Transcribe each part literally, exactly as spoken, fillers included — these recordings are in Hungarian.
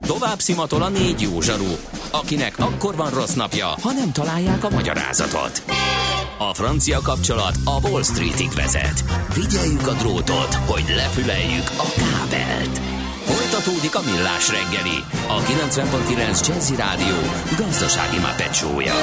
Tovább szimatol a négy jó zsaru, akinek akkor van rossz napja, ha nem találják a magyarázatot. A francia kapcsolat a Wall Streetig vezet. Figyeljük a drótot, hogy lefüleljük a kábelt. Folytatódik a Millás reggeli, a kilencven pont kilenc Jazzy Rádió gazdasági Muppet show-ja.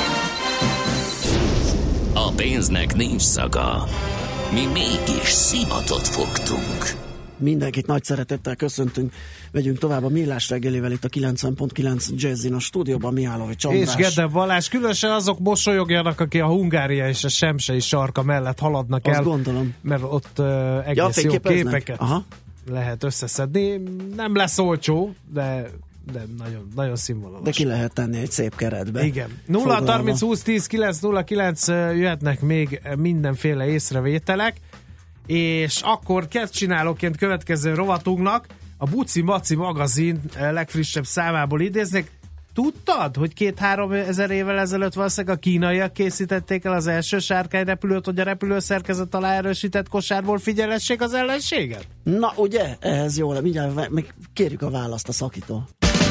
A pénznek nincs szaga. Mi mégis szimatot fogtunk. Mindenkit nagy szeretettel köszöntünk. Megyünk tovább a Millás reggelivel itt a kilencven pont kilenc Jazzin a stúdióban. Mihálovics András. És Gede Balázs. Különösen azok mosolyogjanak, akik a Hungária és a Semsei sarka mellett haladnak Azt el. gondolom. Mert ott uh, egész ja, jó képeket Aha. lehet összeszedni. Nem lesz olcsó, de, de nagyon, nagyon színvonalas. De ki lehet tenni egy szép keretbe. Igen. nulla harminc húsz tíz kilenc nulla kilenc jöhetnek még mindenféle észrevételek, és akkor kezdcsinálóként következő rovatunknak a Buci Maci magazin legfrissebb számából idéznek. Tudtad, hogy két-három ezer évvel ezelőtt valószínűleg a kínaiak készítették el az első sárkányrepülőt, hogy a repülőszerkezet alá erősített kosárból figyelessék az ellenséget? Na ugye, ehhez jó, de mindjárt meg kérjük a választ a szakítól.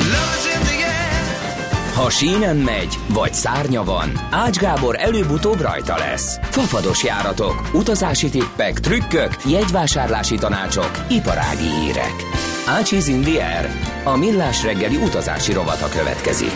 Ha sínen megy, vagy szárnya van, Ács Gábor előbb-utóbb rajta lesz. Fafados járatok, utazási tippek, trükkök, jegyvásárlási tanácsok, iparági hírek. Ácsiz in the air. A Millás reggeli utazási rovata következik.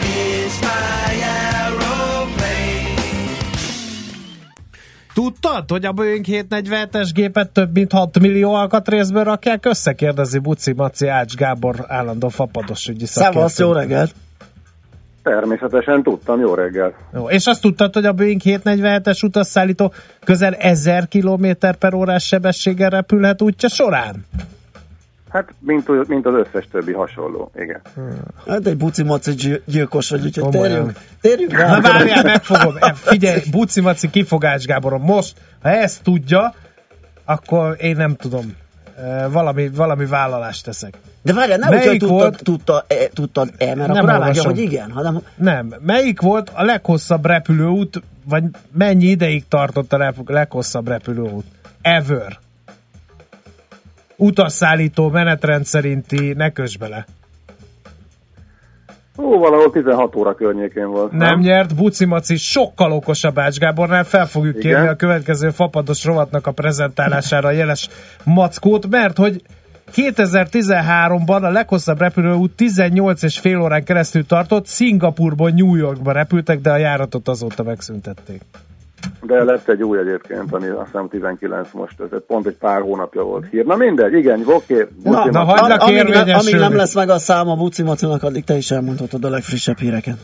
Tudtad, hogy a Boeing hétszáznegyvenhetes gépet több mint hat millió alkatrészből rakják össze? Kérdezi Buci Maci Ács Gábor állandó fapados ügyi szakértő. Szevasz, jó reggelt! Természetesen tudtam, jó reggel. Jó, és azt tudtad, hogy a Boeing hétszáznegyvenhetes utasszállító közel ezer kilométer per órás sebességgel repülhet útja során? Hát, mint, mint az összes többi hasonló, igen. Hát egy Buci Maci gyilkos vagy, úgyhogy térjünk, térjünk rá. Na várjál, megfogom. Figyelj, Buci Maci kifogás Gáborom. Most, ha ezt tudja, akkor én nem tudom. Valami, valami vállalást teszek. De várjál, nem úgy, hogy tudtad, volt... tudtad, e, tudtad e, mert nem akkor rávágja, hogy igen. Hanem... Nem. Melyik volt a leghosszabb repülőút, vagy mennyi ideig tartott a rep- leghosszabb repülőút? Ever. Utasszállító menetrend szerinti, ne kösd bele. Ó, valahol tizenhat óra környékén volt. Nem, nem nyert, Buci Maci sokkal okosabb Ács Gábornál, fel fogjuk igen? kérni a következő fapados rovatnak a prezentálására a jeles mackót, mert hogy kétezer-tizenháromban a leghosszabb repülőút tizennyolc és fél órán keresztül tartott, Szingapurból New Yorkba repültek, de a járatot azóta megszüntették. De lett egy új egyébként, ami azt hiszem tizenkilenc most, ez pont egy pár hónapja volt hír. Na mindegy, igen, oké. Na, na hagylak amíg, érvényesülni. amíg nem lesz meg a szám a Buci Macinak, addig te is elmondhatod a legfrissebb híreket.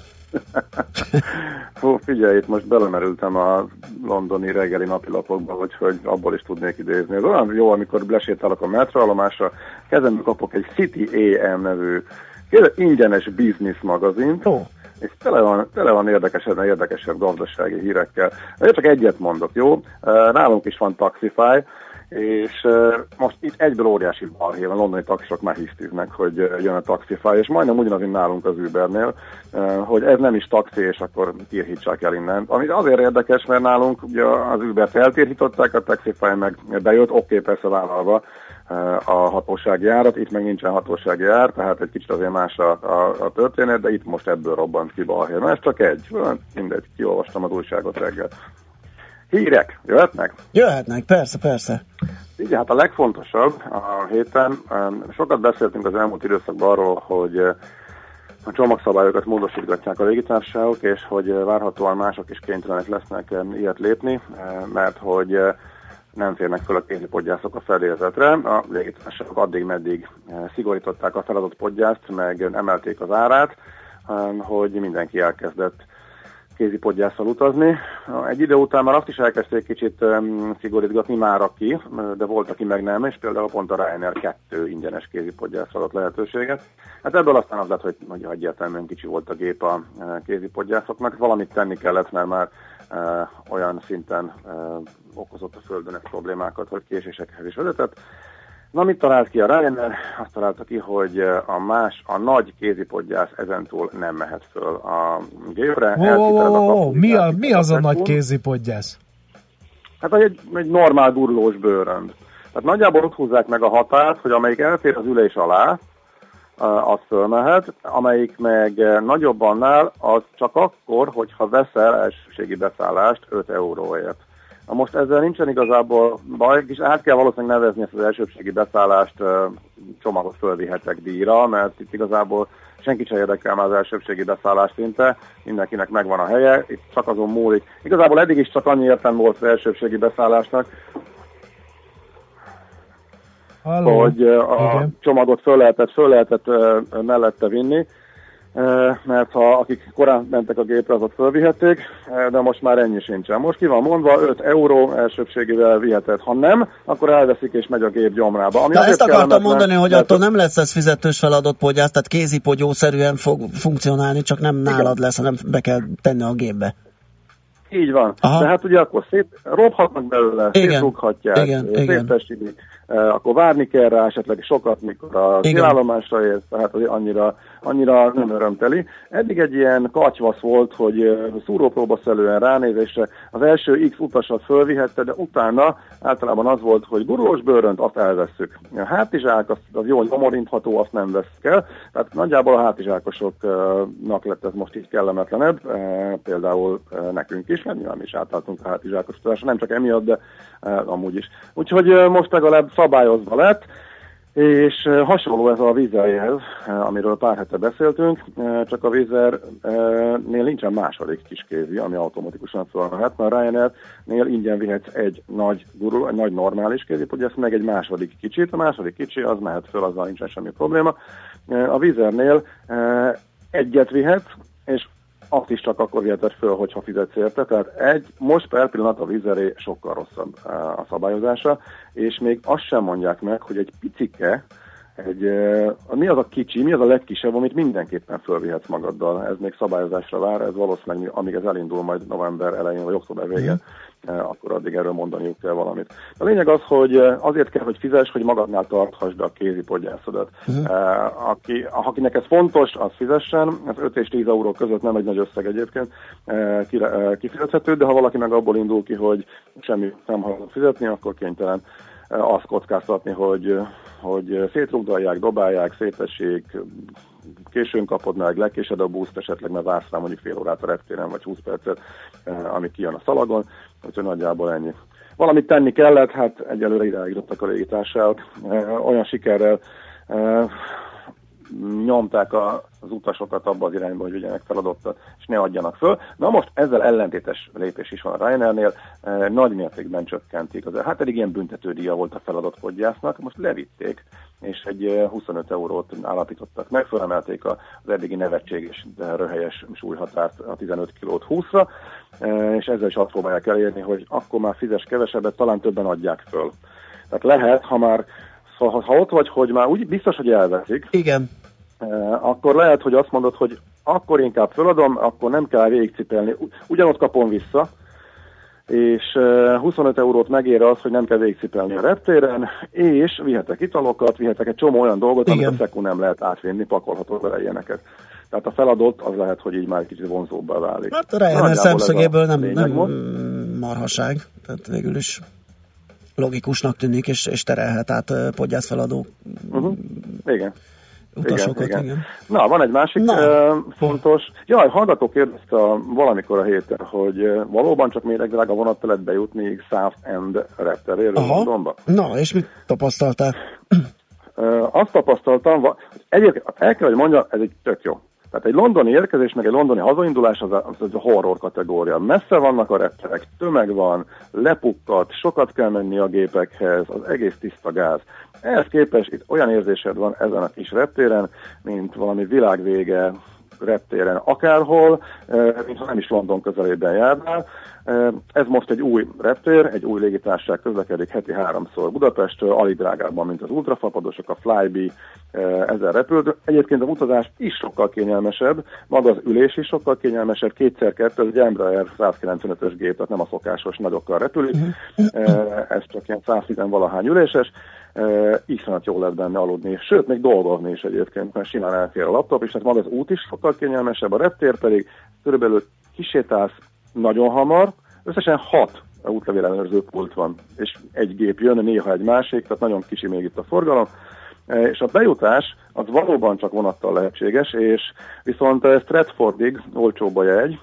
Fú, figyelj, itt most belemerültem a londoni reggeli napilapokba, hogy, hogy abból is tudnék idézni. Ez olyan jó, amikor lesétálok a metroállomásra, kezembe kapok egy City á em nevű ingyenes business magazint, oh. és tele van, tele van érdekesebb, érdekesebb gazdasági hírekkel. Én csak egyet mondok, jó? Nálunk is van Taxify, és most itt egyből óriási balhé van, a londoni taxisok már hisztiznek, hogy jön a Taxify, és majdnem ugyanaz, mint nálunk az Ubernél, hogy ez nem is taxi, és akkor térhítsák el innen. Ami azért érdekes, mert nálunk ugye az Ubert eltérhították, a Taxify meg bejött, oké, okay, persze vállalva a hatósági árat, itt meg nincsen hatósági ár, tehát egy kicsit azért más a, a, a történet, de itt most ebből robbant ki balhé. Na ez csak egy, mindegy, kiolvastam az újságot reggel. Hírek jöhetnek? Jöhetnek, persze, persze. Igen, hát a legfontosabb a héten, sokat beszéltünk az elmúlt időszakban arról, hogy a csomagszabályokat módosítgatják a légitársaságok, és hogy várhatóan mások is kénytelenek lesznek ilyet lépni, mert hogy nem férnek föl a kézipodgyászok a fedélzetre. A légitársaságok addig-meddig szigorították a feladott podgyászt, meg emelték az árát, hogy mindenki elkezdett kézipodgyásszal utazni. Egy idő után már azt is elkezdték kicsit um, szigorítgatni már aki, de volt, aki meg nem, és például pont a Ryanair kettő ingyenes kézipodgyászra adott lehetőséget. Hát ebből aztán az lett, hogy, hogy egyértelműen kicsi volt a gép a uh, kézipodgyászoknak. Valamit tenni kellett, mert már uh, olyan szinten uh, okozott a földön ezt problémákat, hogy késésekhez is vezetett. Na, mit talált ki a Ryanair? Azt találta ki, hogy a más, a nagy kézipodgyász ezentúl nem mehet föl a gépre. Oh, oh, oh, mi, a, mi az a, a nagy kézipodgyász? Hát egy, egy normál gurulós bőrönd. Tehát nagyjából ott húzzák meg a határt, hogy amelyik elfér az ülés alá, az fölmehet, amelyik meg nagyobb annál, az csak akkor, hogyha veszel elsőségi beszállást öt euróért. Na most ezzel nincsen igazából baj, és át kell valószínűleg nevezni ezt az elsőségi beszállást, csomagot fölvihetek díjra, mert itt igazából senki sem érdekel már az elsőségi beszállás szinte, mindenkinek megvan a helye, itt csak azon múlik. Igazából eddig is csak annyi értelme volt az elsőségi beszállásnak, Halló. hogy a Igen. csomagot föl lehetett, föl lehetett mellette vinni, mert ha akik korán mentek a gépre, azok fölvihették, de most már ennyi sincsen. Most ki van mondva, öt euró elsőbségével viheted, ha nem, akkor elveszik és megy a gép gyomrába. Ami de ezt akartam mondani, hogy attól nem lesz ez fizetős feladott podgyász, tehát kézipogyószerűen fog funkcionálni, csak nem nálad Igen. lesz, hanem be kell tenni a gépbe. Így van. Aha. De hát ugye akkor szét, robhatnak belőle, szétrúghatják, szétesítik, akkor várni kell rá esetleg sokat, mikor a célállomásra ér, tehát annyira, annyira nem örömteli. Eddig egy ilyen katyvasz volt, hogy szúrópróbaszelően ránézésre az első X utasat fölvihette, de utána általában az volt, hogy gurulós bőrönt, azt elvesszük. A hátizsák, az, az jó nyomorintható, azt nem veszük el. Tehát nagyjából a hátizsákosoknak lett ez most így kellemetlenebb, például nekünk is, mert nyilván mi is átálltunk a hátizsákosításra, nem csak emiatt, de amúgy is. Úgyhogy most legalább szabályozva lett, és hasonló ez a Wizz-elhez, amiről pár hete beszéltünk, csak a Wizz-nél nincsen második kiskézi, ami automatikusan fölmehet, mert a Ryanair-nél ingyen vihetsz egy nagy gurul, egy nagy normális kézit, hogy ezt meg egy második kicsit, a második kicsi az mehet föl, azzal nincsen semmi probléma. A Wizz-nél egyet vihet, és azt is csak akkor viheted föl, hogyha fizetsz érte. Tehát egy, most per pillanat a Wizz-eré sokkal rosszabb a szabályozása, és még azt sem mondják meg, hogy egy picike, egy, mi az a kicsi, mi az a legkisebb, amit mindenképpen fölvihetsz magaddal. Ez még szabályozásra vár, ez valószínűleg, amíg ez elindul majd november elején vagy október végén, akkor addig erről mondaniuk kell valamit. A lényeg az, hogy azért kell, hogy fizess, hogy magadnál tarthasd a kézipodgyászodat. Uh-huh. Aki, akinek ez fontos, az fizessen, ez öt és tíz euró között nem egy nagy összeg egyébként kifizethető, de ha valaki meg abból indul ki, hogy semmi nem hajlandó fizetni, akkor kénytelen azt kockáztatni, hogy, hogy szétrugdalják, dobálják, szétessék, későn kapod meg, lekésed a buszt, esetleg mert vársz rá mondjuk fél órát a reptéren, vagy húsz percet, ami kijön a szalagon, úgyhogy nagyjából ennyi. Valamit tenni kellett, hát egyelőre idáig jutottak a légitársaságok. Olyan sikerrel nyomták a, az utasokat abba az irányba, hogy vigyenek feladottat, és ne adjanak föl. Na most ezzel ellentétes lépés is van a Ryanairnél, e, nagy mértékben csökkentik. Az, hát eddig ilyen büntetődíja volt a feladott podgyásznak, most levitték, és egy huszonöt eurót állapítottak meg, felemelték az eddigi nevetséges, de röhelyes súlyhatárt, a tizenöt kilót húszra, e, és ezzel is azt próbálják elérni, hogy akkor már fizes kevesebbet, talán többen adják föl. Tehát lehet, ha már Szóval, ha ott vagy, hogy már úgy biztos, hogy elveszik, igen. Eh, akkor lehet, hogy azt mondod, hogy akkor inkább föladom, akkor nem kell végigcipelni. Ugyanott kapom vissza, és eh, huszonöt eurót megér az, hogy nem kell végigcipelni a reptéren, és vihetek italokat, vihetek egy csomó olyan dolgot, igen. amit a Szekú nem lehet átvinni, pakolhatod vele ilyeneket. Tehát a feladott az lehet, hogy így már egy kicsit vonzóbbá válik. Hát a Ryanair szemszögéből nem, nem marhaság, tehát végül is logikusnak tűnik, és, és terelhet át podgyászfeladó uh-huh. igen. utasokat. Igen, igen. Igen. Na, van egy másik uh, fontos. Jaj, hallgató kérdezte valamikor a héten, hogy uh, valóban csak méregdrága vonattal lehet bejutni Southend repteréről Londonba. Na, és mit tapasztaltál? Uh, azt tapasztaltam, egyébként el kell, hogy mondjam, ez egy tök jó. Tehát egy londoni érkezés, meg egy londoni hazaindulás az a, az a horror kategória. Messze vannak a repterek, tömeg van, lepukkat, sokat kell menni a gépekhez, az egész tiszta gáz. Ehhez képest itt olyan érzésed van ezen a kis reptéren, mint valami világvége reptéren akárhol, mintha nem is London közelében járnál. Ez most egy új reptér, egy új légitársaság közlekedik heti háromszor Budapesttől, alig drágábban, mint az ultrafapadosok, a Flybe, ezzel repült. Egyébként az utazás is sokkal kényelmesebb, maga az ülés is sokkal kényelmesebb, kétszer kettő, ez egy Embraer százkilencvenötös gép, tehát nem a szokásos nagyokkal repülik, ez csak ilyen száztíz valahány üléses, iszonyat jól lehet benne aludni, sőt, még dolgozni is egyébként, mert simán elfér a laptop, és tehát maga az út is sokkal kényelmesebb, a reptér pedig körülbelül kisétálsz nagyon hamar, összesen hat útlevél ellenőrző pult van, és egy gép jön, néha egy másik, tehát nagyon kicsi még itt a forgalom, És a bejutás az valóban csak vonattal lehetséges, és viszont Stratfordig olcsóbb a jegy,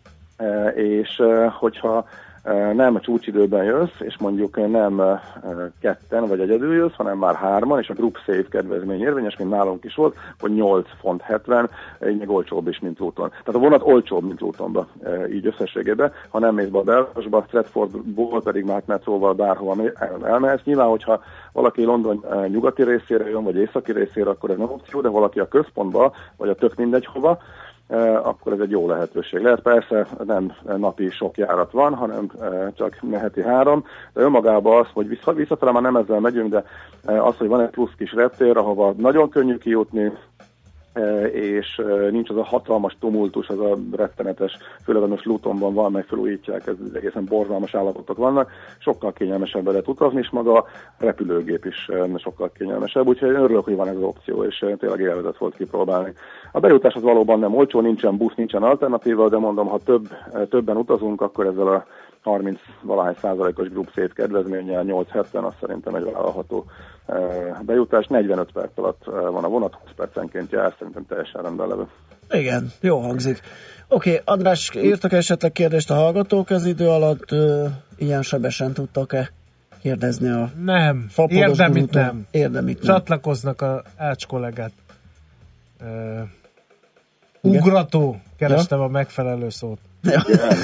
és hogyha nem a csúcsidőben jössz, és mondjuk nem ketten vagy egyedül jössz, hanem már hárman, és a Group Save kedvezmény érvényes, mint nálunk is volt, hogy nyolc font hetven, így még olcsóbb is, mint Luton. Tehát a vonat olcsóbb, mint Lutonba, így összességében, ha nem mész be a Belfastba, Stratfordból pedig már metróval bárhova elmehetsz. Nyilván, hogyha valaki London nyugati részére jön, vagy északi részére, akkor ez nem opció, de valaki a központba, vagy a tök mindegy hova, akkor ez egy jó lehetőség. Lehet persze nem napi sok járat van, hanem csak heti három, de önmagában az, hogy vissza, visszafelé már nem ezzel megyünk, de az, hogy van egy plusz kis reptér, ahova nagyon könnyű kijutni, és nincs az a hatalmas tumultus, az a rettenetes, főleg a most Lutonban van, meg felújítják, ez egészen borzalmas állapotok vannak, sokkal kényelmesebb lehet utazni, és maga a repülőgép is sokkal kényelmesebb, úgyhogy örülök, hogy van ez az opció, és tényleg élvezet volt kipróbálni. A bejutás az valóban nem olcsó, nincsen busz, nincsen alternatíva, de mondom, ha több, többen utazunk, akkor ezzel a harminc valahány százalékos Group Save kedvezménnyel nyolc hetven, az szerintem egy vállalható bejutás. negyvenöt perc alatt van a vonat, húsz percenként jár, szerintem teljesen rendben levő. Igen, jó hangzik. Oké, okay, András, írtak esetleg kérdést a hallgatók az idő alatt? Ö, ilyen sebesen tudtak-e kérdezni a nem, érdemit nem. Érdemit nem. Csatlakoznak a Ács kollégát. Uh, ugrató, kerestem ja? a megfelelő szót. Ja.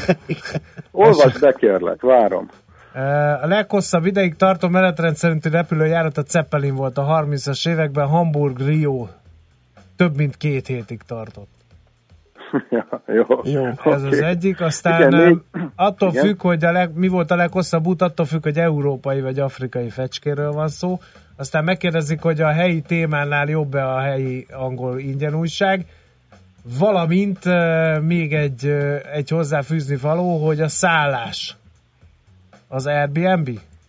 Olvasd be, kérlek, várom. A leghosszabb ideig tartó menetrend szerinti repülőjárat a Zeppelin volt a harmincas években, Hamburg-Rio több mint két hétig tartott. Ja, jó. jó. Ez okay. Az egyik, aztán igen, még... attól igen. függ, hogy a leg, mi volt a leghosszabb út, attól függ, hogy európai vagy afrikai fecskéről van szó. Aztán megkérdezik, hogy a helyi témánál jobb-e a helyi angol ingyen újság, valamint uh, még egy, uh, egy hozzáfűzni való, hogy a szállás az Airbnb?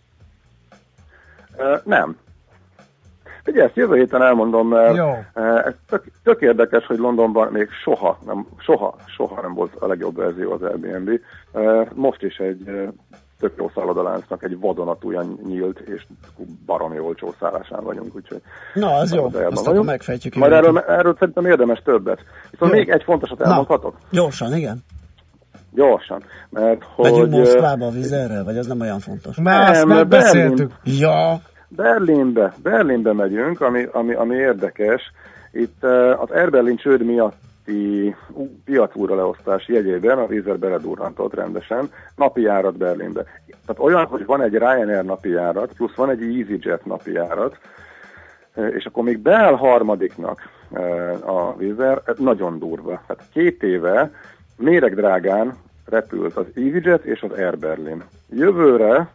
Uh, nem. Ugye ezt jövő héten elmondom, mert uh, ez tök, tök érdekes, hogy Londonban még soha nem, soha, soha nem volt a legjobb verzió az Airbnb. Uh, most is egy uh, tök jó szállodaláncnak egy vadonatújan nyílt és baromi olcsó szállásán vagyunk, úgyhogy... Na, az jó, azt akkor megfejtjük. Majd erről, erről szerintem érdemes többet. Viszont jó. Még egy fontosat elmondhatok? Na, gyorsan, igen. Gyorsan, mert hogy... Megyünk Moszkvába a vízerrel, vagy az nem olyan fontos? Már azt már beszéltük. Ja. Berlinbe, Berlinbe megyünk, ami, ami, ami érdekes. Itt uh, az Air Berlin csőd miatti uh, piacúra leosztás jegyében a Wizz Air beledurrantott rendesen napi járat Berlinbe. Tehát olyan, hogy van egy Ryanair napi járat, plusz van egy EasyJet napi járat, uh, és akkor még beáll harmadiknak uh, a Wizz Air, nagyon durva. Tehát két éve méregdrágán repült az EasyJet és az Air Berlin. Jövőre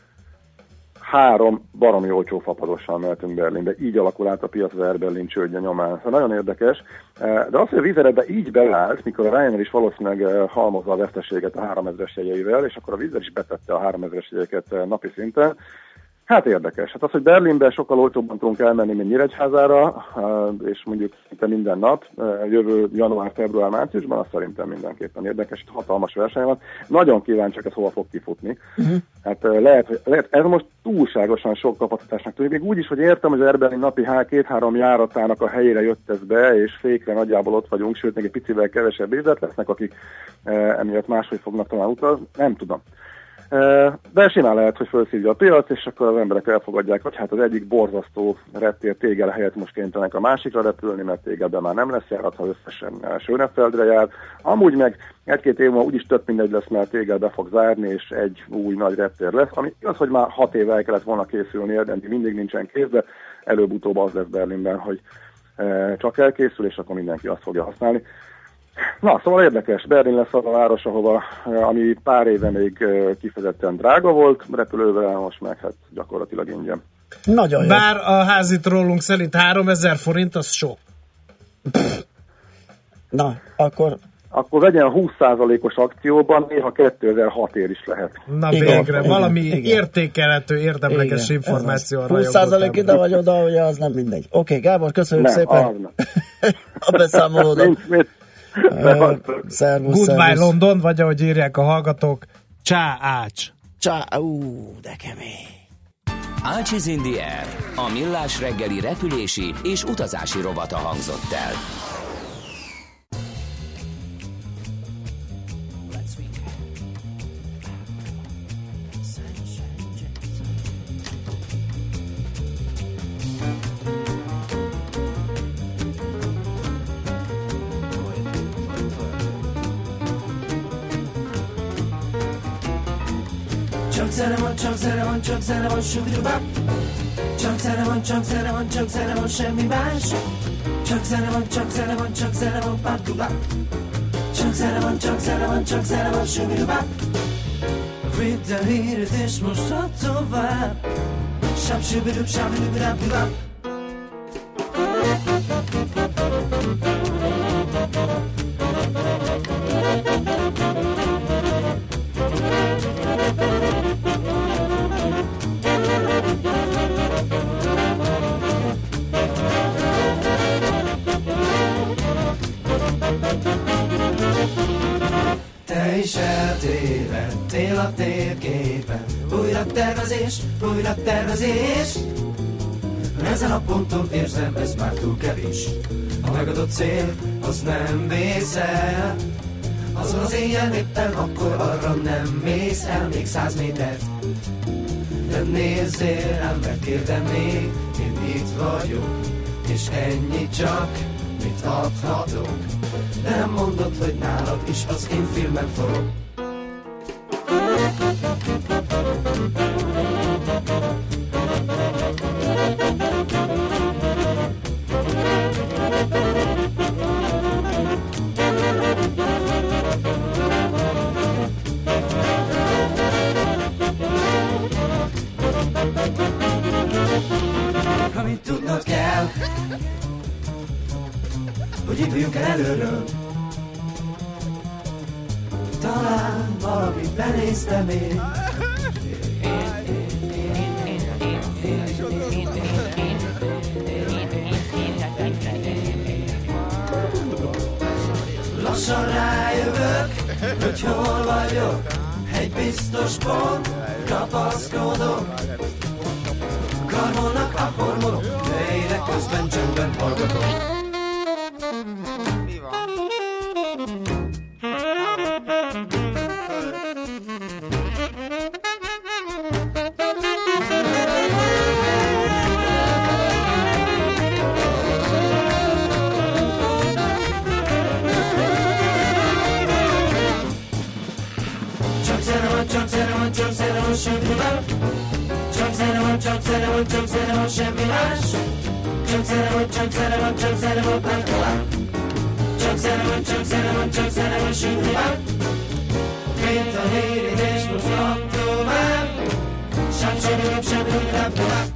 három baromi olcsó fapadossal mehetünk Berlinbe. Így alakul át a piac az Air Berlin csődje nyomán. Szóval nagyon érdekes. De az, hogy a Wizz Air így beállt, mikor a Ryanair is valószínűleg halmozza a veszteséget a háromezres jegyeivel, és akkor a Wizz Air is betette a háromezres jegyeket napi szinten. Hát érdekes. Hát az, hogy Berlinben sokkal olcsóbban tudunk elmenni, mint Nyíregyházára, és mondjuk szinte minden nap, jövő január, február, márciusban, az szerintem mindenképpen érdekes. Itt hatalmas verseny van. Nagyon kíváncsiak, ez hova fog kifutni. Uh-huh. Hát lehet, hogy lehet, ez most túlságosan sok kapacitásnak tűnik. Még úgy is, hogy értem, hogy az Air Berlin napi két-három járatának a helyére jött ez be, és fékre nagyjából ott vagyunk, sőt, még egy picivel kevesebb üzlet lesznek, akik emiatt máshogy fognak talán utazni. Nem tudom. De simán lehet, hogy felszívja a piac, és akkor az emberek elfogadják, hogy hát az egyik borzasztó reptér Tégel helyett most kénytelenek a másikra repülni, mert Tégelben már nem lesz járat, ha összesen Schönefeldre jár. Amúgy meg egy-két év múlva úgyis több mindegy lesz, mert Tégel be fog zárni, és egy új nagy reptér lesz, ami az, hogy már hat éve el kellett volna készülni, de mindig nincsen kész, de előbb-utóbb az lesz Berlinben, hogy csak elkészül, és akkor mindenki azt fogja használni. Na, szóval érdekes. Berlin lesz az a város, ahova, ami pár éve még kifejezetten drága volt repülővel, most meg hát gyakorlatilag ingyen. Nagyon jó. Bár a házi trollunk szerint háromezer forint, az sok. Na, akkor... Akkor vegyen húsz százalékos akcióban, néha kétezer-hatért is lehet. Na igen, végre, igen, valami igen. értékelhető, érdemleges igen, információ. húsz százalék ide vagy oda, ugye az nem mindegy. Oké, okay, Gábor, köszönjük nem, szépen a beszámolódat. Uh, szervusz, Goodbye szervusz. London, vagy ahogy írják a hallgatók, csá Ács. Csá, ú, de kemény. Ácsiz in the Air, a millás reggeli repülési és utazási rovata hangzott el. Zene van, csak zene van, csak zene van, sugdubab. Csak zene van, csak zene van, csak zene van, semmi más. Csak zene van, csak zene van, csak zene van, pardubab. Csak zene van, csak zene van, csak zene van, sugdubab. Vidd el híret és most add tovább. Sab, subidub, sabidub, rabdubab. Te is eltévedtél a térképen. Újra tervezés, újra tervezés. Ezen a ponton érzem, ez már túl kevés. A megadott cél, az nem vész el. Azon az éjjel éppen akkor arra nem mész el még száz métert. De nézzél rám, mert kérdem még, én itt vagyok, és ennyi csak, mit adhatok. De nem mondod, hogy nálad is az én filmem forog. Amit tudnod kell, hogy induljunk el előről. Talán valamit benéztem én. Lassan rájövök, hogy hol vagyok. Egy biztos pont, kapaszkodok. Karmolnak a hormonok, de ének közben csöndben hallgatok. Mi van? Csak zene van, csak zene van, csak zene van, semmi más. Csak zene van, csak zene van, csak zene van, semmi más. Csak zene van, csak zene van, csak zene van, pártolán. Csak zene van, csak zene van, csak zene van, semmi más. Mint a hírid és most van tovább. Sem semmi jobb, semmi jobb, nem tovább.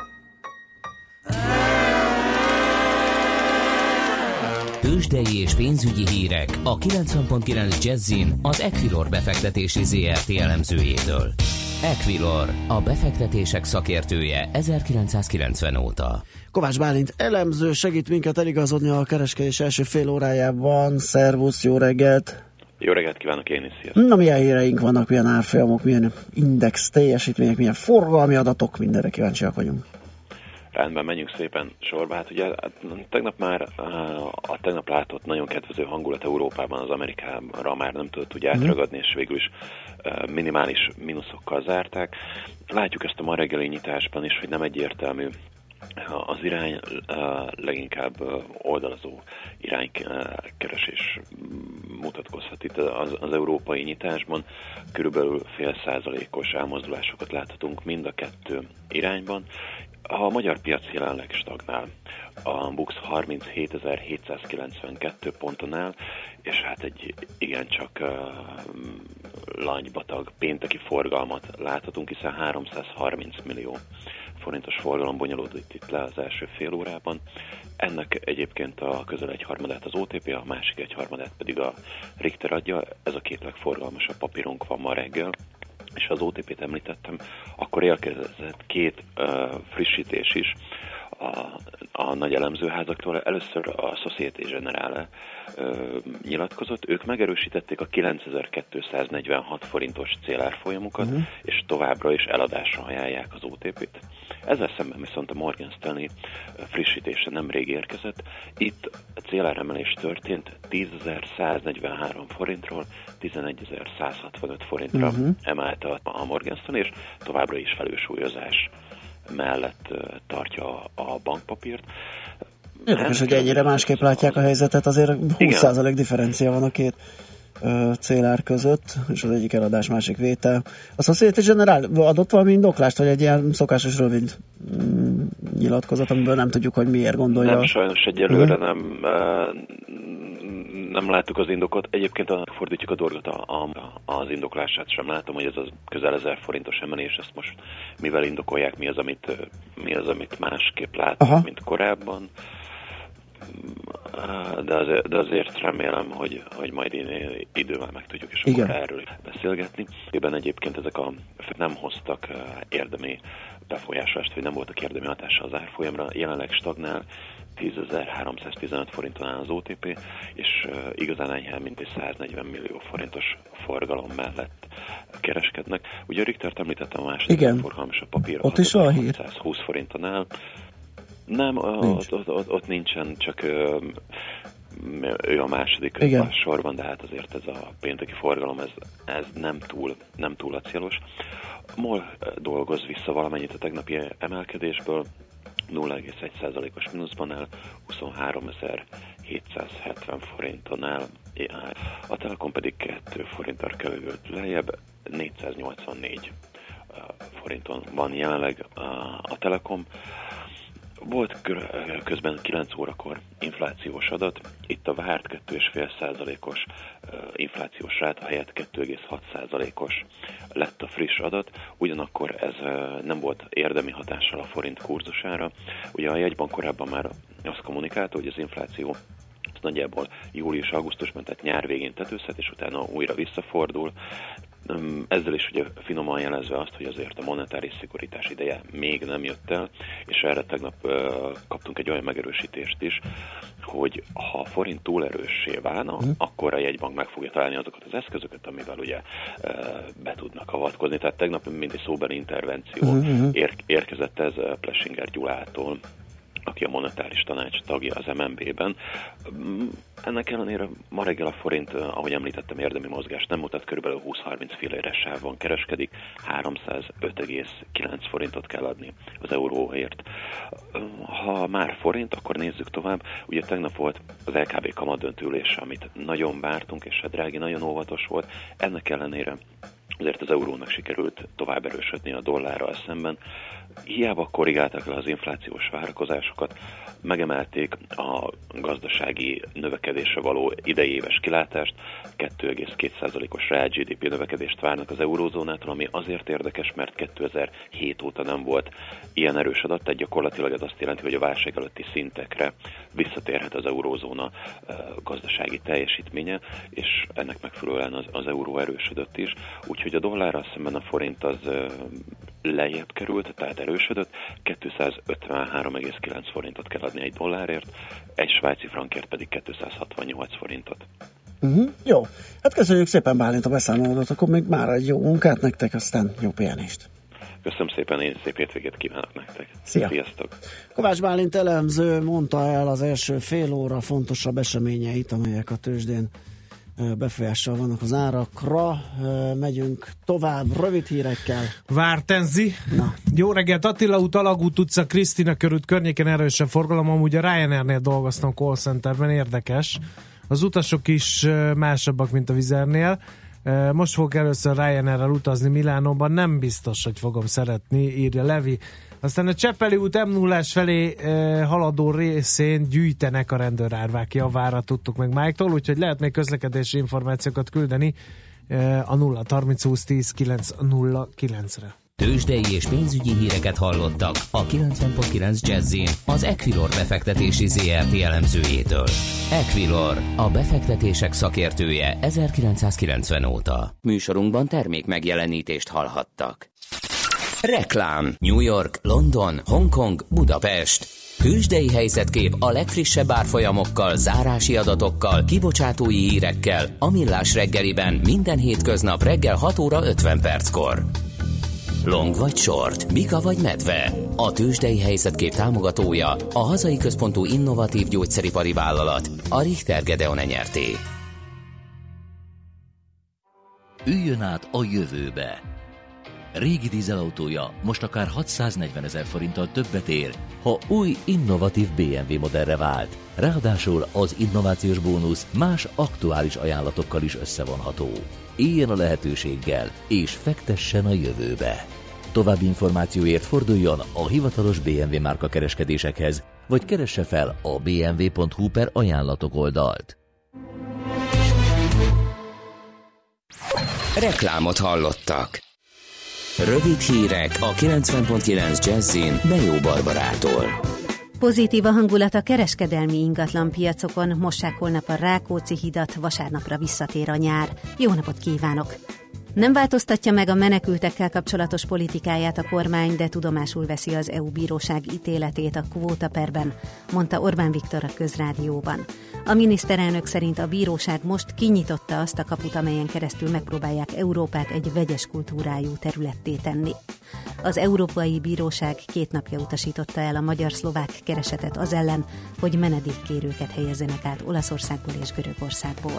Tőzsdei és pénzügyi hírek a kilencven pont kilenc Jazzin az Equilor befektetési zé er té elemzőjétől. Equilor, a befektetések szakértője ezerkilencszázkilencven óta. Kovács Bálint elemző segít minket eligazodni a kereskedés első fél órájában. Szervusz, jó reggelt! Jó reggelt kívánok én is, sziasztok! Na, milyen híreink vannak, milyen árfolyamok, milyen index teljesítmények, milyen forgalmi adatok, mindenre kíváncsiak vagyunk. Rendben, menjünk szépen sorba. Hát ugye tegnap már a tegnap látott nagyon kedvező hangulat Európában az Amerikára már nem tudott úgy átragadni, és végül is minimális mínuszokkal zárták. Látjuk ezt a ma reggeli nyitásban is, hogy nem egyértelmű az irány, leginkább oldalazó iránykeresés mutatkozhat itt az, az európai nyitásban. Körülbelül fél százalékos elmozdulásokat láthatunk mind a kettő irányban. A magyar piac jelenleg stagnál. A BUX harminchét.hétszázkilencvenkettő ponton áll, és hát egy igencsak uh, langybatag pénteki forgalmat láthatunk, hiszen háromszázharminc millió forintos forgalom bonyolódott itt le az első fél órában. Ennek egyébként a közel egy harmadát az o té pé, a másik egy harmadát pedig a Richter adja. Ez a két legforgalmasabb papírunk van ma reggel. És az o té pét említettem, akkor érkezett két uh, frissítés is. a, a nagy elemzőházaktól. Először a Société Générale ö, nyilatkozott, ők megerősítették a kilencezer-kétszáznegyvenhat forintos célárfolyamukat, uh-huh. és továbbra is eladásra ajánlják az o té pét. Ezzel szemben viszont a Morgan Stanley frissítése nemrég érkezett. Itt a céláremelés történt tízezer-száznegyvenhárom forintról tizenegyezer-százhatvanöt forintra uh-huh. emelte a Morgan Stanley, és továbbra is felősúlyozás mellett tartja a bankpapírt. Érdekes, hogy ennyire másképp látják a helyzetet, azért húsz százalék differencia van a két ö, célár között, és az egyik eladás, másik vétel. A Société Générale adott valami indoklást, vagy egy ilyen szokásos rövid mm, nyilatkozat, amiből nem tudjuk, hogy miért gondolja? Nem, sajnos egyelőre uh-huh. nem, nem láttuk az indokot. Egyébként fordítjuk a dolgot, a, a, az indoklását sem látom, hogy ez az közel ezer forintos emelés, ezt most mivel indokolják, mi az, amit, mi az, amit másképp látunk, Aha. mint korábban. De, az, de azért remélem, hogy, hogy majd idővel meg tudjuk, és Igen. akkor erről beszélgetni. Ebben egyébként ezek a nem hoztak érdemi befolyásolást, vagy nem voltak érdemi hatása az árfolyamra. Jelenleg stagnál tízezer-háromszáztizenöt forinton áll az o té pé, és igazán enyhén mintegy száznegyven millió forintos forgalom mellett kereskednek. Ugye a Richtert említettem, a második forgalmas a papír. Ott is van hír. hatszázhúsz forinton áll. Nem, ott, ott, ott, ott nincsen, csak ö, ő a második a sorban, de hát azért ez a pénteki forgalom, ez, ez nem túl, nem túl acélos. MOL dolgoz vissza valamennyit a tegnapi emelkedésből, nulla egész egy százalékos mínuszban áll, huszonháromezer-hétszázhetven forinton áll, a Telekom pedig két forinttal került lejjebb, négyszáznyolcvannégy forinton van jelenleg a Telekom. Volt közben kilenc órakor inflációs adat, itt a várt kettő egész öt százalékos inflációs ráta helyett kettő egész hat százalékos lett a friss adat, ugyanakkor ez nem volt érdemi hatással a forint kurzusára. Ugye a jegybank korábban már azt kommunikálta, hogy az infláció nagyjából július-augusztusban, tehát nyár végén tetőzhet, és utána újra visszafordul. Ezzel is ugye finoman jelezve azt, hogy azért a monetáris szigorítás ideje még nem jött el, és erre tegnap uh, kaptunk egy olyan megerősítést is, hogy ha a forint túl erőssé válna, mm. akkor a jegybank meg fogja találni azokat az eszközöket, amivel ugye uh, be tudnak avatkozni. Tehát tegnap mint egy szóbeli intervenció mm-hmm. ér- érkezett ez uh, Plessinger Gyulától, aki a monetáris tanács tagja az em en bé-ben. Ennek ellenére ma reggel a forint, ahogy említettem, érdemi mozgást nem mutat, körülbelül húsz-harminc filléres sávon kereskedik, háromszázöt egész kilenc forintot kell adni az euróért. Ha már forint, akkor nézzük tovább. Ugye tegnap volt az el ká bé kamatdöntőülése, amit nagyon vártunk, és a Drági nagyon óvatos volt. Ennek ellenére azért az eurónak sikerült tovább erősödni a dollárral szemben. Hiába korrigálták le az inflációs várakozásokat, megemelték a gazdasági növekedésre való idejéves kilátást, kettő egész két százalékos reál gé dé pé növekedést várnak az eurózónától, ami azért érdekes, mert kétezer-hét óta nem volt ilyen erős adat, tehát gyakorlatilag ez azt jelenti, hogy a válság előtti szintekre visszatérhet az eurózóna gazdasági teljesítménye, és ennek megfelelően az, az euró erősödött is, úgyhogy a dollárral szemben a forint az lejjebb került, tehát erősödött, kétszázötvenhárom egész kilenc forintot kell adni egy dollárért, egy svájci frankért pedig kétszázhatvannyolc forintot. Uh-huh, jó, hát köszönjük szépen Bálint a beszámolót, akkor még már egy jó munkát nektek, aztán jó pihenést. Köszönöm szépen, én szép hétvégét kívánok nektek. Szia. Sziasztok! Kovács Bálint elemző mondta el az első fél óra fontosabb eseményeit, amelyek a tőzsdén befolyással vannak az árakra. Megyünk tovább rövid hírekkel. Vártenzi. Na. Jó reggelt, Attila út, Alagút utca, Krisztina körút környéken erősen forgalom, amúgy a Ryanairnél dolgoztam call centerben, érdekes. Az utasok is másabbak, mint a Vizernél. Most fogok először Ryanairrel utazni Milánóban, nem biztos, hogy fogom szeretni, írja Levi. Aztán a Csepeli út em nullás felé e, haladó részén gyűjtenek a rendőrárvák javára, tudtuk meg Mike-tól, úgyhogy lehet még közlekedési információkat küldeni e, a nulla harminc húsz tíz kilenc nulla kilencre. Tőzsdei és pénzügyi híreket hallottak a kilencven pont kilenc Jazzin az Equilor befektetési zé er té elemzőjétől. Equilor, a befektetések szakértője ezerkilencszázkilencven óta. Műsorunkban termék megjelenítést hallhattak. Reklám. New York, London, Hongkong, Budapest. Tőzsdei helyzetkép a legfrissebb árfolyamokkal, zárási adatokkal, kibocsátói hírekkel a Millás reggeliben minden hétköznap reggel hat óra ötven perckor. Long vagy short, bika vagy medve. A Tőzsdei helyzetkép támogatója a hazai központú innovatív gyógyszeripari vállalat, a Richter Gedeon Nyrt. Üljön át a jövőbe. Régi dízelautója most akár hatszáznegyvenezer forinttal többet ér, ha új, innovatív bé em vé modellre vált. Ráadásul az innovációs bónusz más aktuális ajánlatokkal is összevonható. Éljen a lehetőséggel, és fektessen a jövőbe. További információért forduljon a hivatalos bé em vé márka kereskedésekhez, vagy keresse fel a bé em vé pont hu per ajánlatok oldalt. Reklámot hallottak. Rövid hírek a kilencven pont kilenc Jazzin Bejó Barbarától. Pozitív a hangulat a kereskedelmi ingatlanpiacokon, mossák holnap a Rákóczi hidat, vasárnapra visszatér a nyár. Jó napot kívánok! Nem változtatja meg a menekültekkel kapcsolatos politikáját a kormány, de tudomásul veszi az é u-bíróság ítéletét a kvótaperben, mondta Orbán Viktor a Közrádióban. A miniszterelnök szerint a bíróság most kinyitotta azt a kaput, amelyen keresztül megpróbálják Európát egy vegyes kultúrájú területté tenni. Az Európai Bíróság két napja utasította el a magyar-szlovák keresetet az ellen, hogy menedékkérőket helyezzenek át Olaszországból és Görögországból.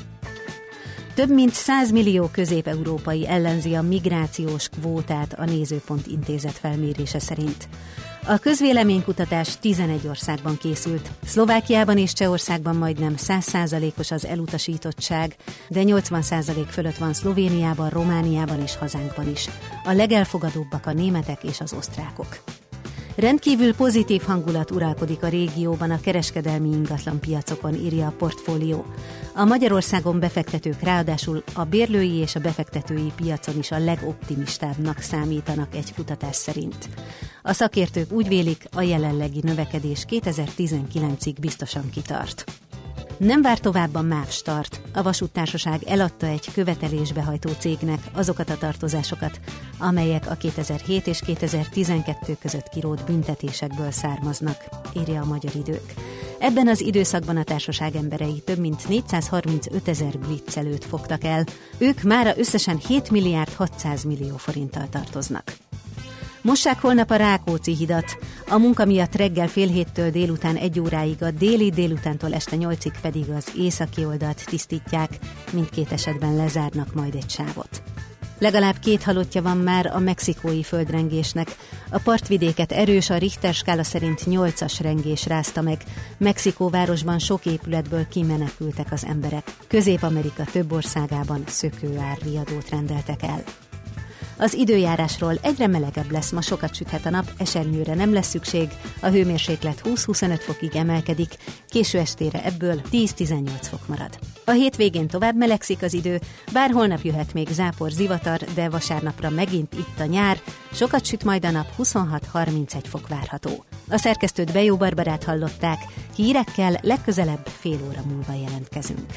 Több mint száz millió közép-európai ellenzi a migrációs kvótát a Nézőpont Intézet felmérése szerint. A közvéleménykutatás tizenegy országban készült. Szlovákiában és Csehországban majdnem száz százalékos az elutasítottság, de nyolcvan százalék fölött van Szlovéniában, Romániában és hazánkban is. A legelfogadóbbak a németek és az osztrákok. Rendkívül pozitív hangulat uralkodik a régióban a kereskedelmi ingatlanpiacokon, írja a Portfólió. A Magyarországon befektetők ráadásul a bérlői és a befektetői piacon is a legoptimistábbnak számítanak egy kutatás szerint. A szakértők úgy vélik, a jelenlegi növekedés kétezer-tizenkilencig biztosan kitart. Nem vár tovább a MÁV Start. A vasúttársaság eladta egy követelésbehajtó cégnek azokat a tartozásokat, amelyek a kétezer-hét és kétezer-tizenkettő között kirótt büntetésekből származnak, írja a Magyar Idők. Ebben az időszakban a társaság emberei több mint négyszázharmincöt ezer blitzelőt fogtak el, ők mára összesen hét milliárd hatszáz millió forinttal tartoznak. Mossák holnap a Rákóczi hidat. A munka miatt reggel fél héttől délután egy óráig, a déli délutántól este nyolcig pedig az északi oldalt tisztítják, mindkét esetben lezárnak majd egy sávot. Legalább két halottja van már a mexikói földrengésnek. A partvidéket erős, a Richter skála szerint nyolcas rengés rázta meg. Mexikó városban sok épületből kimenekültek az emberek. Közép-Amerika több országában szökőárriadót rendeltek el. Az időjárásról: egyre melegebb lesz, ma sokat süthet a nap, esernyőre nem lesz szükség, a hőmérséklet húsz-huszonöt fokig emelkedik, késő estére ebből tíz-tizennyolc fok marad. A hétvégén tovább melegszik az idő, bár holnap jöhet még zápor, zivatar, de vasárnapra megint itt a nyár, sokat süt majd a nap, huszonhat-harmincegy fok várható. A szerkesztőt Bejó Barbarát hallották, hírekkel legközelebb fél óra múlva jelentkezünk.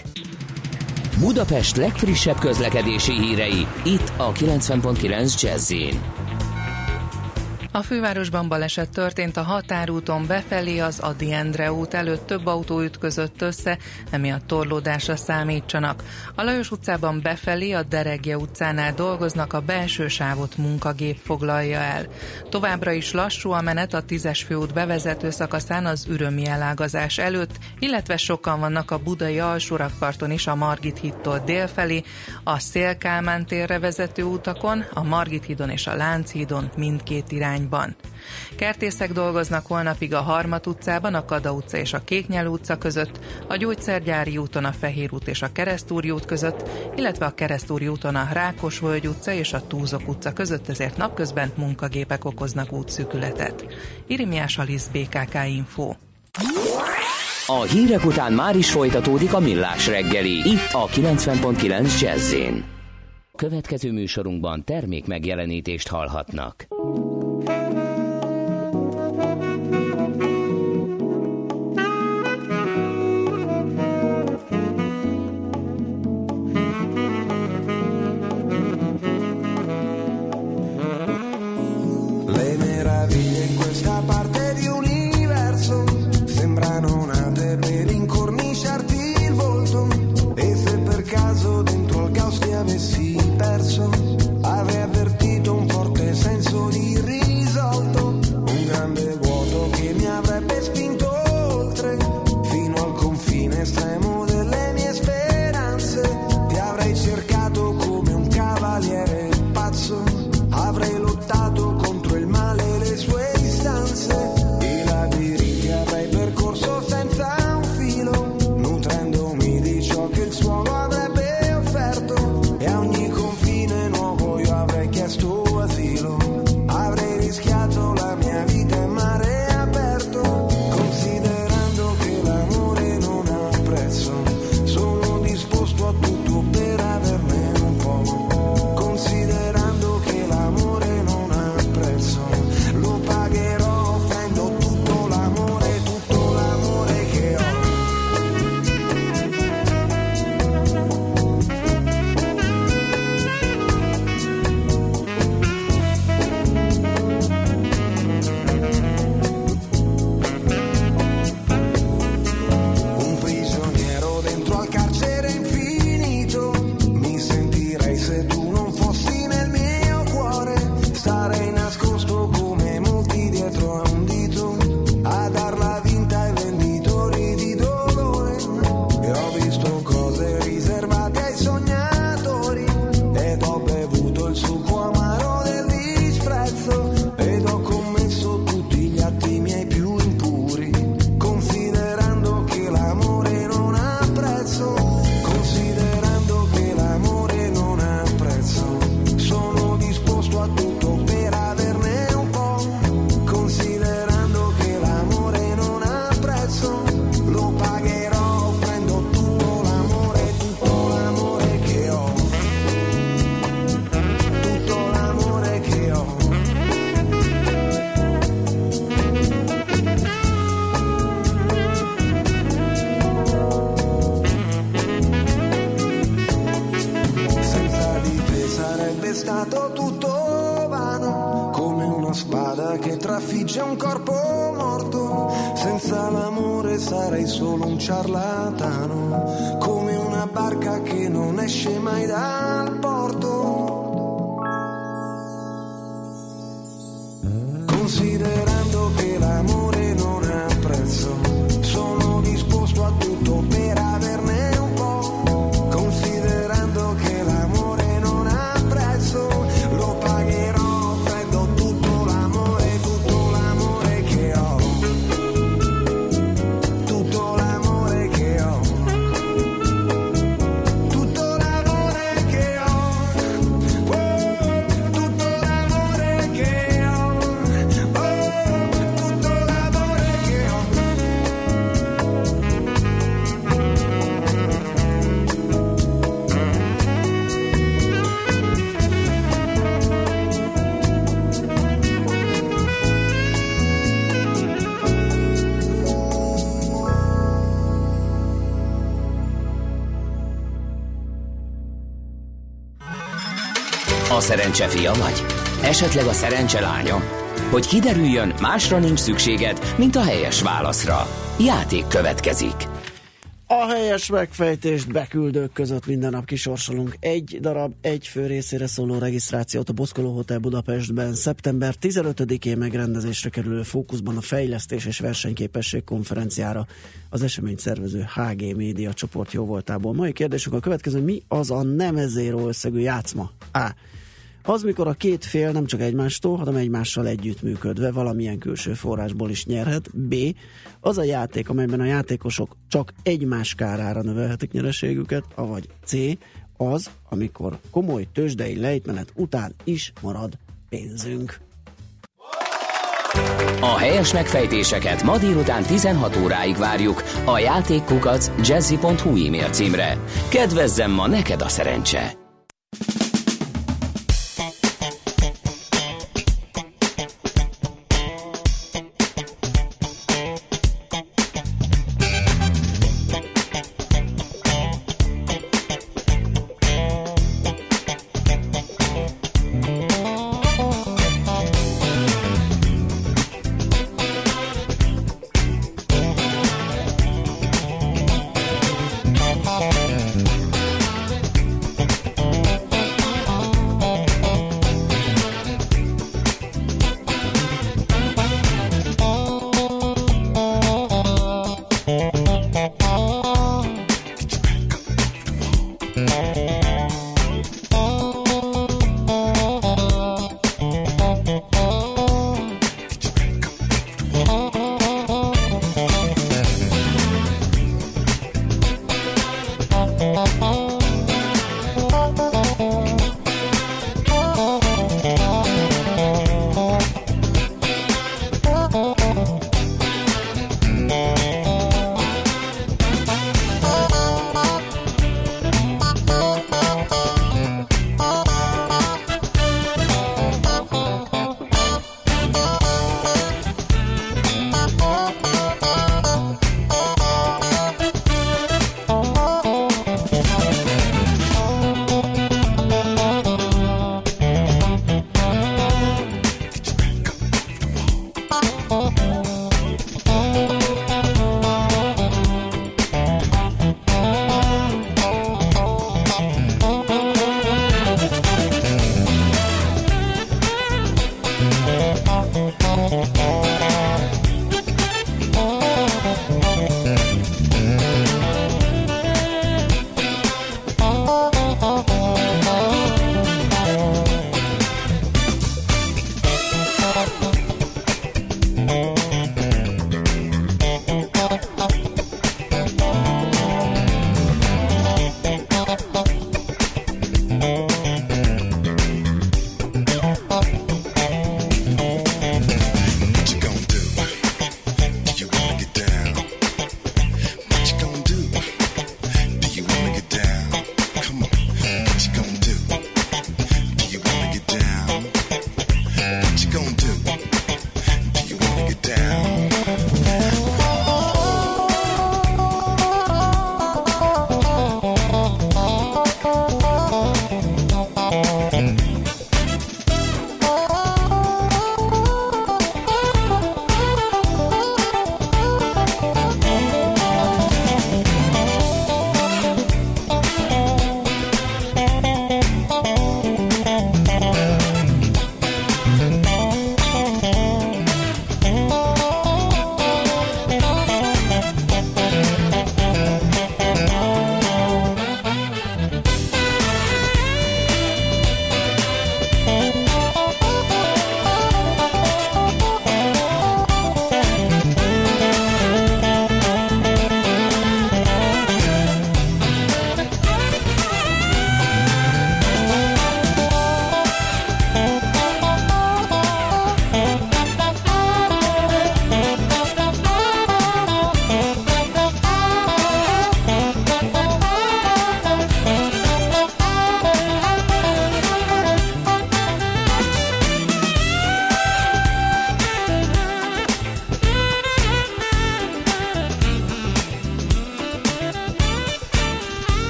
Budapest legfrissebb közlekedési hírei, itt a kilencven pont kilenc Jazz-in. A fővárosban baleset történt a Határúton befelé, az Ady Endre út előtt több autó ütközött össze, emiatt torlódásra számítsanak. A Lajos utcában befelé, a Deregje utcánál dolgoznak, a belső sávot munkagép foglalja el. Továbbra is lassú a menet a tízes főút bevezető szakaszán az ürömi elágazás előtt, illetve sokan vannak a budai alsórakparton is a Margit hídtól délfelé, a Széll-Kálmán térre vezető utakon, a Margit hídon és a Lánchídon mindkét irány. Kertészek dolgoznak holnapig a Harmat utcában, a Kada utca és a Kéknyelő utca között, a Gyógyszergyári úton a Fehér út és a Keresztúri út között, illetve a Keresztúri úton a Rákosvölgy utca és a Túzok utca között, ezért napközben munkagépek okoznak útszűkületet. Irimiás Alisz, bé ká ká Info. A hírek után már is folytatódik a Millás reggeli, itt a kilencven pont kilenc Jazz-in. Következő műsorunkban termék megjelenítést hallhatnak. Le meraviglie in questa parte di universo stato tutto vano, come una spada che trafigge un corpo morto. Senza l'amore sarei solo un ciarlatano, come una barca che non esce mai dal porto. Considerando che l'amore non ha prezzo, sono disposto a tutto per averne un po'. Considerando che l'amore non ha prezzo, lo pagherò offrendo tutto l'amore, tutto l'amore che ho, tutto l'amore che ho, tutto l'amore che ho, oh, tutto l'amore che ho, oh, tutto l'amore che ho. A szerencse fia vagy? Esetleg a szerencse lánya? Hogy kiderüljön, másra nincs szükséged, mint a helyes válaszra. Játék következik. A helyes megfejtést beküldők között minden nap kisorsolunk egy darab, egy fő részére szóló regisztrációt a Boszkoló Hotel Budapestben szeptember tizenötödikén megrendezésre kerülő Fókuszban a Fejlesztés és Versenyképesség konferenciára az esemény szervező há gé Média csoport jóvoltából. Mai kérdésünk a következő: mi az a nem zéró összegű játszma? A. Az, mikor a két fél nem csak egymástól, hanem egymással együttműködve valamilyen külső forrásból is nyerhet. B. Az a játék, amelyben a játékosok csak egymás kárára növelhetik nyereségüket. Avagy C. Az, amikor komoly tőzsdei lejtmenet után is marad pénzünk. A helyes megfejtéseket ma délután tizenhat óráig várjuk a játékkukac jazzy pont hu e-mail címre. Kedvezzem ma neked a szerencse!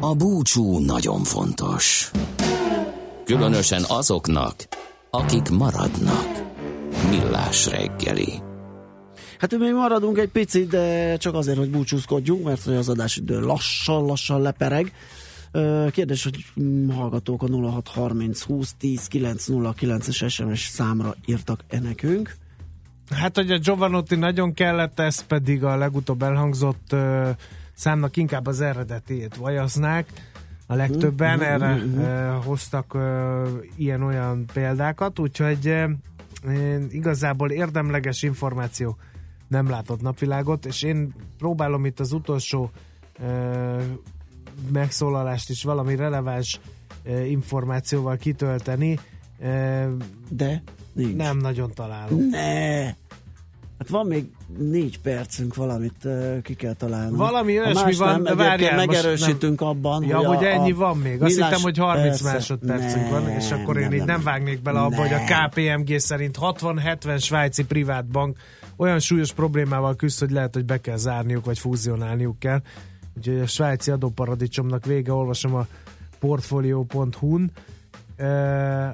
A búcsú nagyon fontos. Különösen azoknak, akik maradnak. Millás reggeli. Hát még maradunk egy picit, de csak azért, hogy búcsúzkodjunk, mert az adásidő lassan-lassan lepereg. Kérdés, hogy hallgatók a nulla hat harminc húsz tíz kilenc nulla kilences es em es számra írtak-e nekünk? Hát, hogy a Giovanotti nagyon kellett, ez pedig a legutóbb elhangzott uh, számnak inkább az eredetét vajaznák. A legtöbben uh, erre uh, uh, hoztak uh, ilyen-olyan példákat, úgyhogy uh, igazából érdemleges információ nem látott napvilágot, és én próbálom itt az utolsó uh, megszólalást is valami releváns uh, információval kitölteni, uh, de nincs. Nem nagyon találom. Ne! Hát van még négy percünk, valamit uh, ki kell találni. Valami olyasmi van, de várjál, megerősítünk nem... abban, ja, hogy, hogy a, ennyi van még. Azt millás... hittem, hogy harminc persze. másodpercünk ne, van, és akkor nem, én így nem, nem vágnék bele abba, hogy a ká pé em gé szerint hatvan-hetven svájci privát bank olyan súlyos problémával küzd, hogy lehet, hogy be kell zárniuk, vagy fúzionálniuk kell. Úgyhogy a svájci adóparadicsomnak vége, olvasom a portfolio pont hu-n. Uh,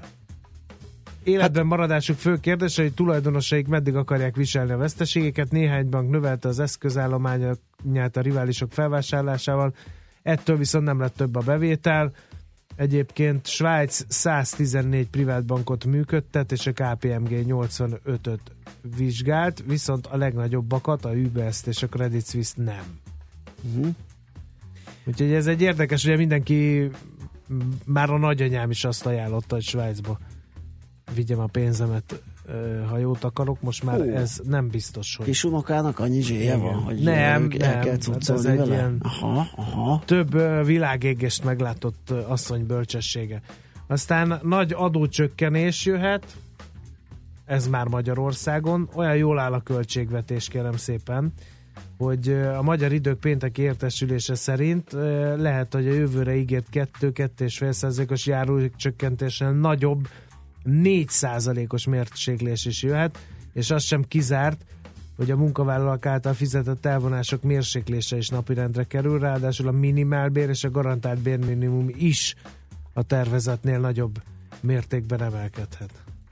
Életben maradásuk fő kérdése, hogy tulajdonosaik meddig akarják viselni a veszteségeket. Néhány bank növelte az eszközállományát a riválisok felvásárlásával, ettől viszont nem lett több a bevétel. Egyébként Svájc száztizennégy privát bankot működtet, és a ká pé em gé nyolcvanötöt vizsgált, viszont a legnagyobbakat, a u bé es-t és a Credit Suisse nem. Uh-huh. Úgyhogy ez egy érdekes, ugye mindenki, már a nagyanyám is azt ajánlotta, hogy Svájcba vigyem a pénzemet, ha jót akarok, most már Ó, ez nem biztos, hogy... Kis unokának annyi zséje van, hogy nem, el nem, kell ez egy vele? ilyen aha, aha. több világégést meglátott asszony bölcsessége. Aztán nagy adócsökkenés jöhet, ez már Magyarországon, olyan jól áll a költségvetés, kérem szépen, hogy a Magyar Idők pénteki értesülése szerint lehet, hogy a jövőre ígért kettő-kettő egész öt százalékos járulékcsökkentésen nagyobb négy százalékos mérséklés is jöhet, és az sem kizárt, hogy a munkavállalók által fizetett elvonások mérséklése is napirendre kerül, ráadásul a minimálbér és a garantált bérminimum is a tervezetnél nagyobb mértékben emelkedhet.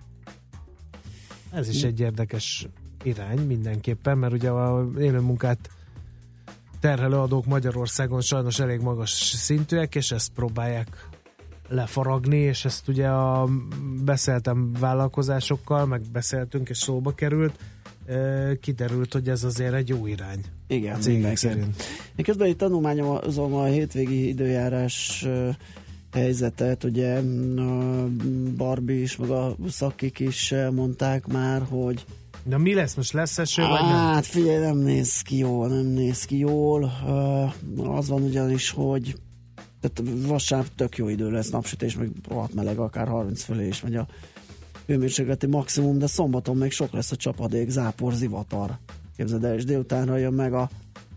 Ez is egy érdekes irány mindenképpen, mert ugye a élőmunkát terhelő adók Magyarországon sajnos elég magas szintűek, és ezt próbálják lefaragni, és ezt ugye a, beszéltem vállalkozásokkal, meg beszéltünk, és szóba került, e, kiderült, hogy ez azért egy jó irány. Igen, cégek szerint. Én közben itt tanulmányozom a hétvégi időjárás uh, helyzetet, ugye a Barbie is, meg a szakik is mondták már, hogy de mi lesz? Most lesz eső, vagy nem? Hát figyelj, nem néz ki jól, nem néz ki jól. Uh, az van ugyanis, hogy tehát vasárnap tök jó idő lesz, napsütés, meg rohadt meleg, akár harminc fölé is megy a hőmérsékleti maximum, de szombaton még sok lesz a csapadék, zápor, zivatar. Képzeld el, és délutánra jön meg a,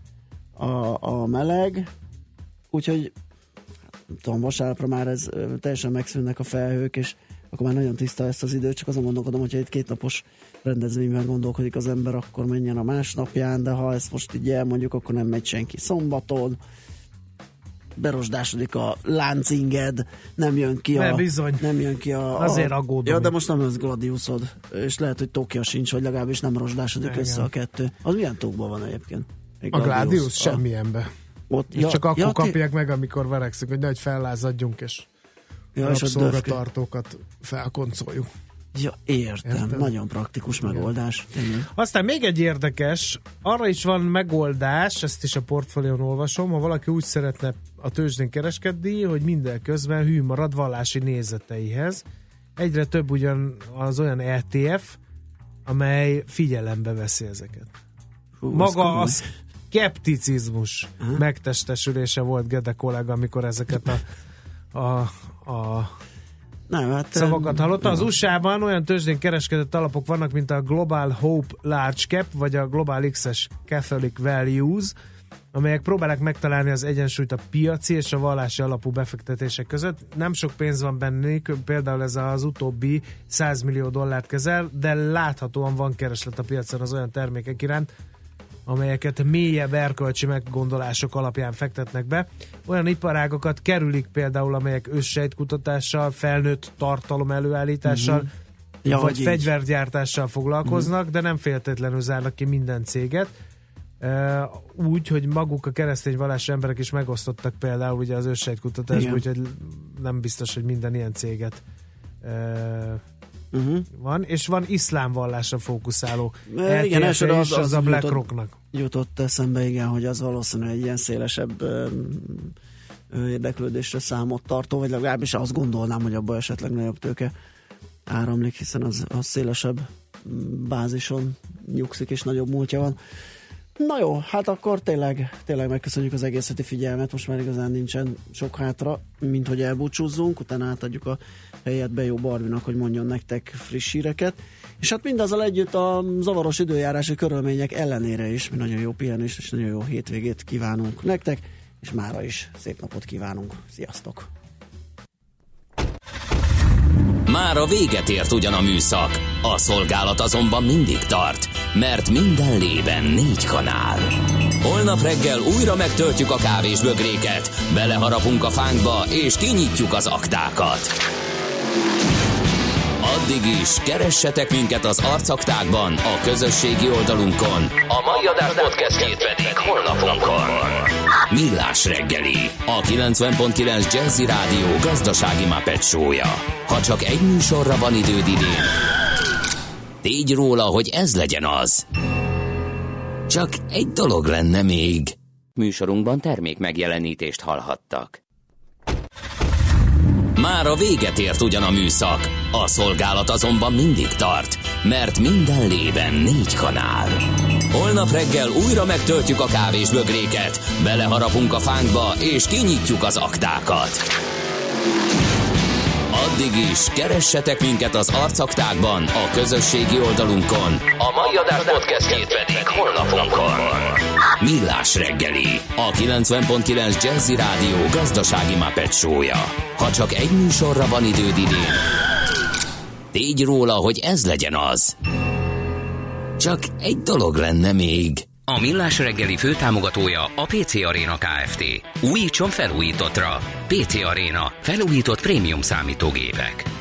a, a meleg, úgyhogy nem tudom, vasárnapra már ez teljesen megszűnnek a felhők, és akkor már nagyon tiszta lesz az idő, csak azon gondolkodom, hogyha egy kétnapos rendezvényben gondolkodik az ember, akkor menjen a másnapján, de ha ezt most így elmondjuk, akkor nem megy senki szombaton, berosdásodik a láncinged, nem jön ki a... bizony. Nem jön ki a... Azért aggódom. Ja, de most nem az Gladiusod, és lehet, hogy Tokia sincs, vagy legalábbis nem rozsdásodik igen. össze a kettő. Az milyen tókban van egyébként? Egy a Gladius? Gladius? Semmilyenbe. Ott, ja, csak akkor ja, kapják ti... meg, amikor verekszünk, hogy nehogy fellázadjunk, és ja, rabszolgatartókat felkoncoljuk. Ja, értem. értem. Nagyon praktikus igen. megoldás. Igen. Aztán még egy érdekes, arra is van megoldás, ezt is a portfólión olvasom, ha valaki úgy szeretne a tőzsdén kereskedni, hogy minden hű marad vallási nézeteihez. Egyre több ugyan az olyan é té ef, amely figyelembe veszi ezeket. Hú, maga a szkepticizmus uh-huh. megtestesülése volt Gede kollega, amikor ezeket a, a, a Nem, hát, szavakat hallotta. Az u es á-ban olyan tőzsdén kereskedett alapok vannak, mint a Global Hope Large Cap, vagy a Global iksz es Catholic Values, amelyek próbálják megtalálni az egyensúlyt a piaci és a vallási alapú befektetések között. Nem sok pénz van bennük, például ez az utóbbi száz millió dollárt kezel, de láthatóan van kereslet a piacon az olyan termékek iránt, amelyeket mélyebb erkölcsi meggondolások alapján fektetnek be. Olyan iparágokat kerülik például, amelyek őssejtkutatással, felnőtt tartalom előállítással, uh-huh. ja, vagy fegyvergyártással foglalkoznak, uh-huh. de nem feltétlenül zárnak ki minden céget. Uh, úgy, hogy maguk a keresztény vallású emberek is megosztottak például ugye az őssejtkutatásban, úgyhogy nem biztos, hogy minden ilyen céget uh, uh-huh. van, és van iszlám vallásra fókuszáló. E, igen, az, az, az a BlackRocknak. Jutott eszembe, igen, hogy az valószínűleg egy ilyen szélesebb ö, ö, érdeklődésre számot tartó, vagy legalábbis azt gondolnám, hogy abban esetleg nagyobb tőke áramlik, hiszen az, az szélesebb bázison nyugszik, és nagyobb múltja van. Na jó, hát akkor tényleg, tényleg megköszönjük az egész heti figyelmet, most már igazán nincsen sok hátra, mint hogy elbúcsúzzunk, utána átadjuk a helyet Bejó Barbinak, hogy mondjon nektek friss híreket, és hát mindazzal együtt a zavaros időjárási körülmények ellenére is mi nagyon jó pihenést és nagyon jó hétvégét kívánunk nektek, és mára is szép napot kívánunk. Sziasztok! Már a véget ért ugyan a műszak, a szolgálat azonban mindig tart, mert minden lében négy kanál. Holnap reggel újra megtöltjük a kávésbögréket, beleharapunk a fánkba és kinyitjuk az aktákat. Addig is keressetek minket az arcaktákban, a közösségi oldalunkon. A mai adás podcastjét pedig honlapunkon. Millás reggeli, a kilencven pont kilenc Jazzy Rádió gazdasági Muppet show-ja. Ha csak egy műsorra van időd idén, tégy róla, hogy ez legyen az. Csak egy dolog lenne még. Műsorunkban termék megjelenítést hallhattak. Már a véget ért ugyan a műszak, a szolgálat azonban mindig tart, mert minden lében négy kanál. Holnap reggel újra megtöltjük a kávésbögréket, beleharapunk a fánkba és kinyitjuk az aktákat. Addig is keressetek minket az arcaktákban, a közösségi oldalunkon. A mai adás podcastjét pedig honlapunkon. Millás reggeli, a kilencven pont kilenc Jazzy Rádió gazdasági Muppet show-ja. Ha csak egy műsorra van időd idén, tégy róla, hogy ez legyen az. Csak egy dolog lenne még. A Millás reggeli főtámogatója a pé cé Arena Kft. Újítson felújítottra. pé cé Arena. Felújított prémium számítógépek.